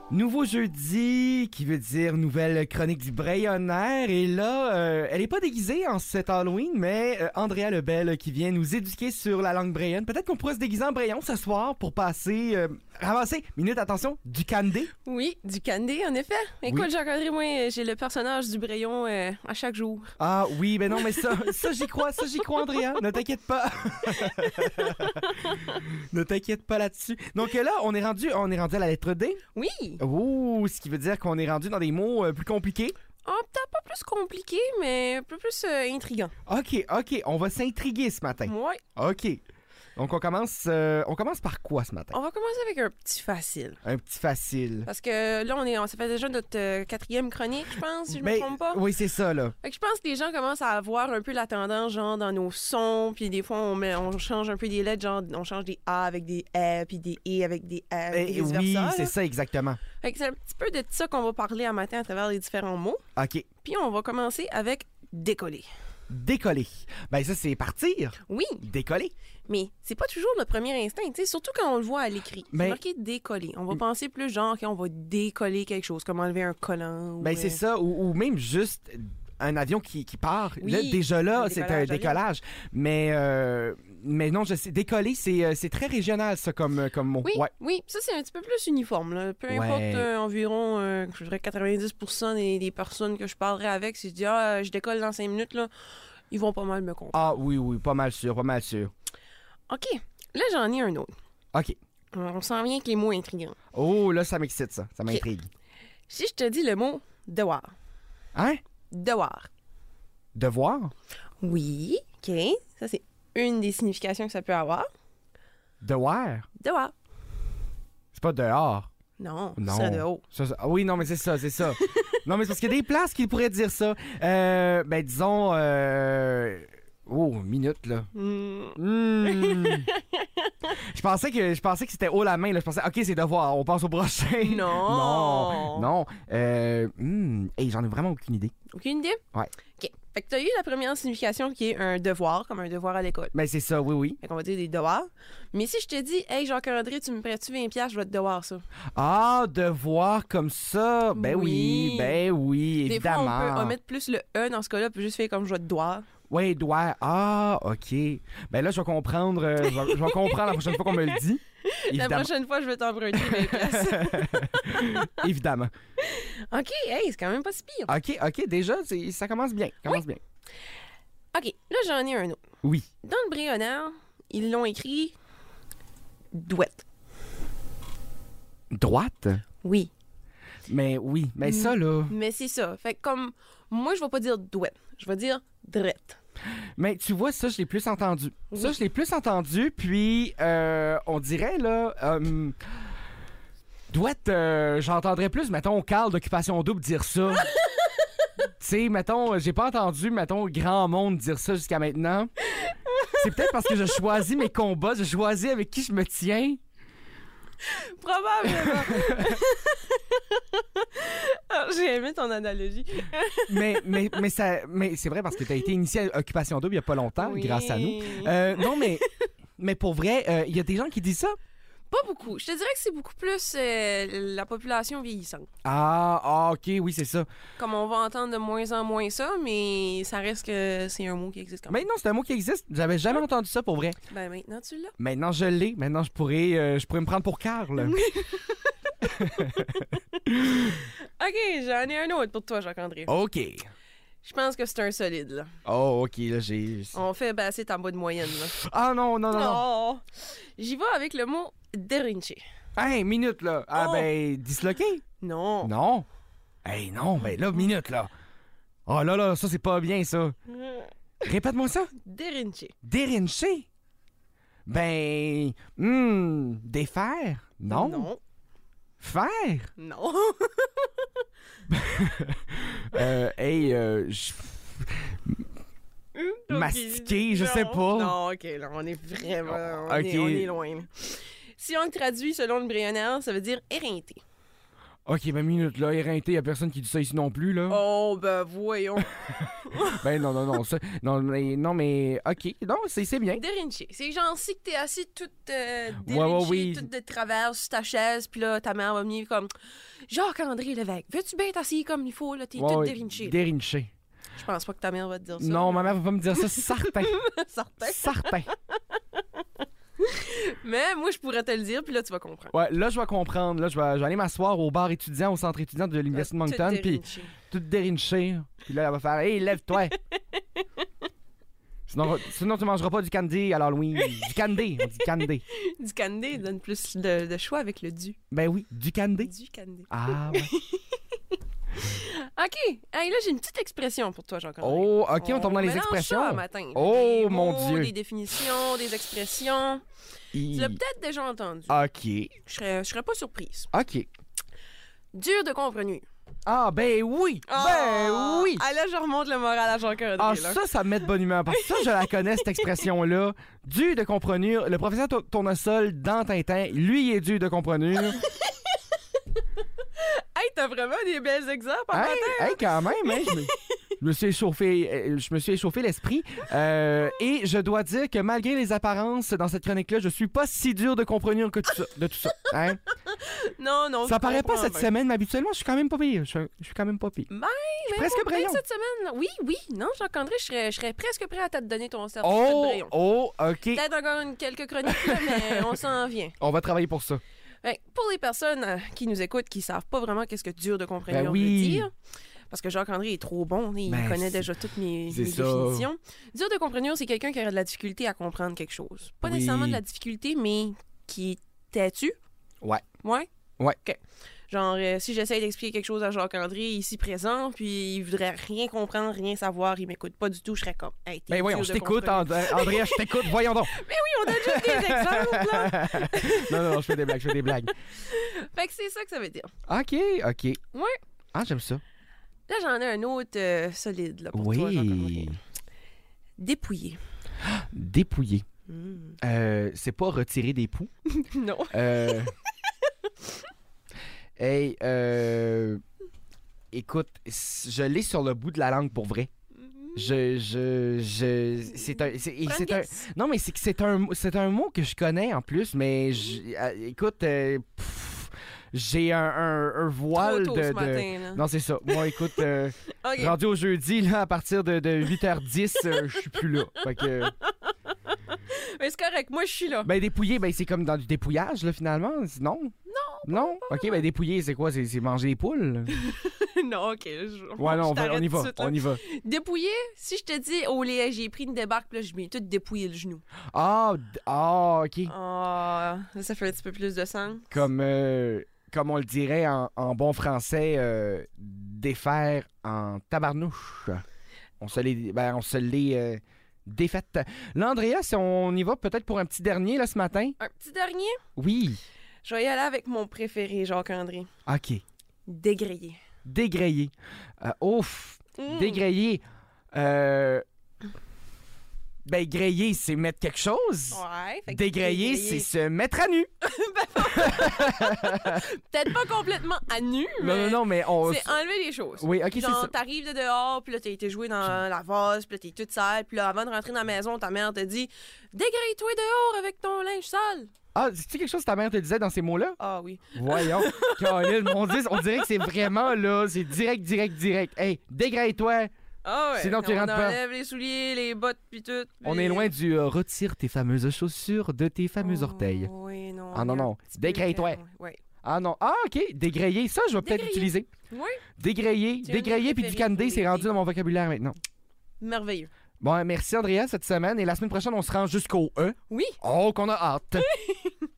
Nouveau jeudi, qui veut dire nouvelle chronique du Brayonnaire. Et là, elle est pas déguisée en cet Halloween, mais Andrea Lebel qui vient nous éduquer sur la langue brayonne. Peut-être qu'on pourrait se déguiser en brayon ce soir pour passer, ramasser, minute, attention, du candé. Oui, du candé, en effet. Écoute, Oui. Jacques-André, moi, j'ai le personnage du brayon à chaque jour. Ah oui, ben non, mais ça j'y crois, Andrea. Ne t'inquiète pas. Ne t'inquiète pas là-dessus. Donc là, on est rendu à la lettre D. Oui! Ouh, ce qui veut dire qu'on est rendu dans des mots plus compliqués. Oh, peut-être pas plus compliqué, mais un peu plus intriguant. OK, on va s'intriguer ce matin. Ouais. OK. Donc on commence par quoi ce matin? On va commencer avec un petit facile. Un petit facile. Parce que là, ça fait déjà notre quatrième chronique, je pense, si je me trompe pas. Oui, c'est ça, là. Fait que je pense que les gens commencent à avoir un peu la tendance, genre, dans nos sons, puis des fois, on change un peu des lettres, genre, on change des A avec des E, puis des E avec des R, et vice-versa. Oui, là. c'est ça, exactement. Fait que c'est un petit peu de ça qu'on va parler à matin à travers les différents mots. OK. Puis on va commencer avec décoller. Décoller. Ben ça, c'est partir. Oui, Décoller. mais c'est pas toujours notre premier instinct, tu sais, surtout quand on le voit à l'écrit. C'est Ben- marqué décoller. On va penser plus genre qu'on va décoller quelque chose, comme enlever un collant. Ou, Ben c'est ça, ou même juste un avion qui part. Oui, Là, déjà là, un c'est un décollage décollage. Mais non, je sais, décoller, c'est très régional, ça, comme mot. Oui, Ouais. oui, ça c'est un petit peu plus uniforme. Là. Peu Ouais. importe environ, je dirais 90% des personnes que je parlerai avec, si je dis je décolle dans 5 minutes, là, ils vont pas mal me comprendre. Ah oui, pas mal sûr. OK, là j'en ai un autre. OK. On s'en vient avec les mots intrigants. Oh, là, ça m'excite, ça. Ça m'intrigue. Si je te dis le mot devoir. Hein? Devoir. Devoir? Oui, OK. Ça, c'est une des significations que ça peut avoir. Devoir? Devoir. C'est pas dehors. Non, Non. ça de haut. Ah oui, non, mais c'est ça. Non, mais c'est parce qu'il y a des places qui pourraient dire ça. Ben, disons... Oh, minute, là. Je pensais que c'était haut la main, là. Je pensais, OK, c'est devoir, on passe au prochain. Non. Non. Hey, j'en ai vraiment aucune idée. Aucune idée? Ouais. OK. Fait que t'as eu la première signification qui est un devoir, comme un devoir à l'école. Ben, c'est ça, oui. Fait qu'on va dire des devoirs. Mais si je te dis, hey, Jacques-André, tu me prêtes-tu 20$, je vais te devoir ça. Ah, devoir comme ça. Ben oui, Des fois, évidemment. on peut omettre plus le E dans ce cas-là, puis juste faire comme je vais te devoir. Oui, doigt. Ah, OK. Ben là, je vais comprendre. Je vais comprendre la prochaine fois qu'on me le dit. La Évidemment. prochaine fois, je vais t'emprunter 20$. Évidemment. OK, hey, c'est quand même pas si pire. OK, déjà, ça commence bien. Bien. OK, là, j'en ai un autre. Oui. Dans le Brayonnaire, ils l'ont écrit douette. Droite? Oui. Mais oui, mais ça, là... Mais c'est ça. Fait que comme moi, je vais pas dire douette. Je vais dire drette. Mais tu vois, ça, je l'ai plus entendu. Oui. Ça, je l'ai plus entendu, puis on dirait, là... Douette, j'entendrais plus, mettons, Carl d'Occupation Double dire ça. Tu sais, mettons, j'ai pas entendu, mettons, grand monde dire ça jusqu'à maintenant. C'est peut-être parce que je choisis mes combats, je choisis avec qui je me tiens. Probablement. Alors, j'ai aimé ton analogie. mais c'est vrai parce que tu as été initié à Occupation Double il y a pas longtemps, Oui. grâce à nous. Non, mais pour vrai, il y a des gens qui disent ça. Pas beaucoup. Je te dirais que c'est beaucoup plus la population vieillissante. Ah, OK, oui, c'est ça. Comme on va entendre de moins en moins ça, mais ça reste que c'est un mot qui existe quand même. Mais non, c'est un mot qui existe. J'avais jamais entendu ça pour vrai. Ben maintenant, tu l'as. Maintenant, je l'ai. Maintenant, je pourrais me prendre pour Carl. OK, j'en ai un autre pour toi, Jacques-André. OK. Je pense que c'est un solide, là. Oh, OK, là, j'ai... On fait basser ta bas de moyenne, là. Ah non. Oh! J'y vais avec le mot derincher. Hey, minute, là. Ah, Oh. ben, disloqué? Non. Non. Hey, non, ben là, minute, là. Oh là, ça, c'est pas bien, ça. Répète-moi ça. Derincher. Dérincher? Ben, défaire? Non. Non. Faire? Non. Mastiquer, je sais pas. Non, OK, là, on est vraiment... OK. On est loin, là. Si on le traduit selon le Brayonnaire, ça veut dire éreinter. OK, ben minute, là, éreinté, y a personne qui dit ça ici non plus, là. Oh, ben voyons. Ben non, ça... Non, mais... OK, non, c'est bien. Dérinché. C'est genre si que t'es assis toute dérinché, oui. toute de travers sur ta chaise, puis là, ta mère va venir comme Jacques-André Lévesque, veux-tu bien t'assis comme il faut, là, t'es toute dérinché. Dérinché. Je pense pas que ta mère va te dire ça. Non, ma mère va pas me dire ça, certain. Certain. Certain. Mais moi, je pourrais te le dire, puis là, tu vas comprendre. Ouais, là, je vais comprendre. Là, je vais aller m'asseoir au bar étudiant, au centre étudiant de l'Université de Moncton, puis tout dérinché. Puis là, elle va faire « Hey, lève-toi! » Sinon, tu mangeras pas du candy à l'Halloween. Du candy, on dit candy. Du candy donne plus de choix avec le du. Ben oui, du candy. Du candy. Ah, ouais. OK. Hey, là, j'ai une petite expression pour toi, Jean-Claude. Oh, OK, on tombe dans les expressions. Ça, matin. Oh, des mon mots, Dieu. Des définitions, des expressions. Tu l'as peut-être déjà entendu. OK. Je serais pas surprise. OK. Dur de comprendre. Ah, ben oui! Ben oui! Ah, là, je remonte le moral à Jean-Claude. Ah, ça me met de bonne humeur. Parce que ça, je la connais, cette expression-là. Dur de comprendre. Le professeur Tournesol dans Tintin, lui, il est dur de comprendre. Hey, t'as vraiment des belles exemples en matin. Hey, quand même, hein, je me suis échauffé l'esprit. Et je dois dire que malgré les apparences dans cette chronique-là, je suis pas si dur de comprendre que de tout ça. Hein? Non. Ça paraît pas cette semaine, mais habituellement, je suis quand même pas pire. Je suis quand même pas pire. Ben, je suis presque Braillon. Cette semaine, oui. Non, Jacques-André, je serais presque prêt à te donner ton certificat de Braillon. Oh, OK. Peut-être encore quelques chroniques, là, mais on s'en vient. On va travailler pour ça. Pour les personnes qui nous écoutent, qui savent pas vraiment qu'est-ce que dur de comprendre veut dire, parce que Jacques-André est trop bon, il connaît déjà toutes mes définitions. Dur de comprendre, c'est quelqu'un qui aurait de la difficulté à comprendre quelque chose. Pas nécessairement de la difficulté, mais qui est têtu. Ouais. Ouais? Ouais. OK. Genre, si j'essaye d'expliquer quelque chose à Jacques-André ici présent, puis il voudrait rien comprendre, rien savoir, il m'écoute pas du tout, je serais comme, hey, t'es voyons, je t'écoute, Andrea, je t'écoute, voyons donc. Mais oui, on a juste des exemples, là. Non, je fais des blagues. Fait que c'est ça que ça veut dire. OK. Ouais. Ah, j'aime ça. Là, j'en ai un autre solide, là, pour toi, Jacques-André. Dépouiller. Dépouiller. C'est pas retirer des poux. Non. Hey, écoute, je l'ai sur le bout de la langue pour vrai. Non, mais c'est un mot que je connais en plus, mais écoute, j'ai un voile trop tôt ce matin, là. Non, c'est ça. Moi, écoute, Okay. rendu au jeudi, là, à partir de 8h10, je suis plus là. Fait que... Mais c'est correct, moi, je suis là. Ben, dépouiller, ben, c'est comme dans du dépouillage, là, finalement. Non? Non? OK, ben, dépouiller, c'est quoi? C'est manger les poules? Non, OK. Ouais, non, on y va. Dépouiller, si je te dis, oh, j'ai pris une débarque, là, je m'ai tout dépouillé le genou. Ah, OK. Ah, ça fait un petit peu plus de sens. Comme on le dirait en bon français, défaire en tabarnouche. On se l'est défaite. Là, Andrea, si on y va peut-être pour un petit dernier là ce matin. Un petit dernier? Oui. Je vais y aller avec mon préféré, Jacques-André. OK. Dégrayer. Dégrayer. Dégrayer. Ben, grayer, c'est mettre quelque chose. Ouais. Dégrayer, c'est se mettre à nu. Peut-être pas complètement à nu, mais... Non, mais c'est enlever les choses. Oui, OK, c'est ça. Genre, t'arrives de dehors, puis là, t'as été joué dans la vase, puis là, t'es toute sale, puis là, avant de rentrer dans la maison, ta mère te dit « Dégraye-toi dehors avec ton linge sale! » Ah, c'est-tu quelque chose que ta mère te disait dans ces mots-là? Ah oui. Voyons. Caroline, on dirait que c'est vraiment, là, c'est direct. Hey, dégraye-toi! Ah ouais. Sinon, tu rentres pas. On enlève les souliers, les bottes, puis tout. Puis... On est loin du retire tes fameuses chaussures de tes fameux orteils. Oui, non. Ah non. Dégraye-toi. Oui. Ah non. Ah, OK. Dégrayer. Ça, je vais peut-être l'utiliser. Oui. Dégrayer puis du candy, c'est rendu dans mon vocabulaire maintenant. Merveilleux. Bon, merci Andrea cette semaine. Et la semaine prochaine, on se rend jusqu'au E. Oui. Oh, qu'on a hâte.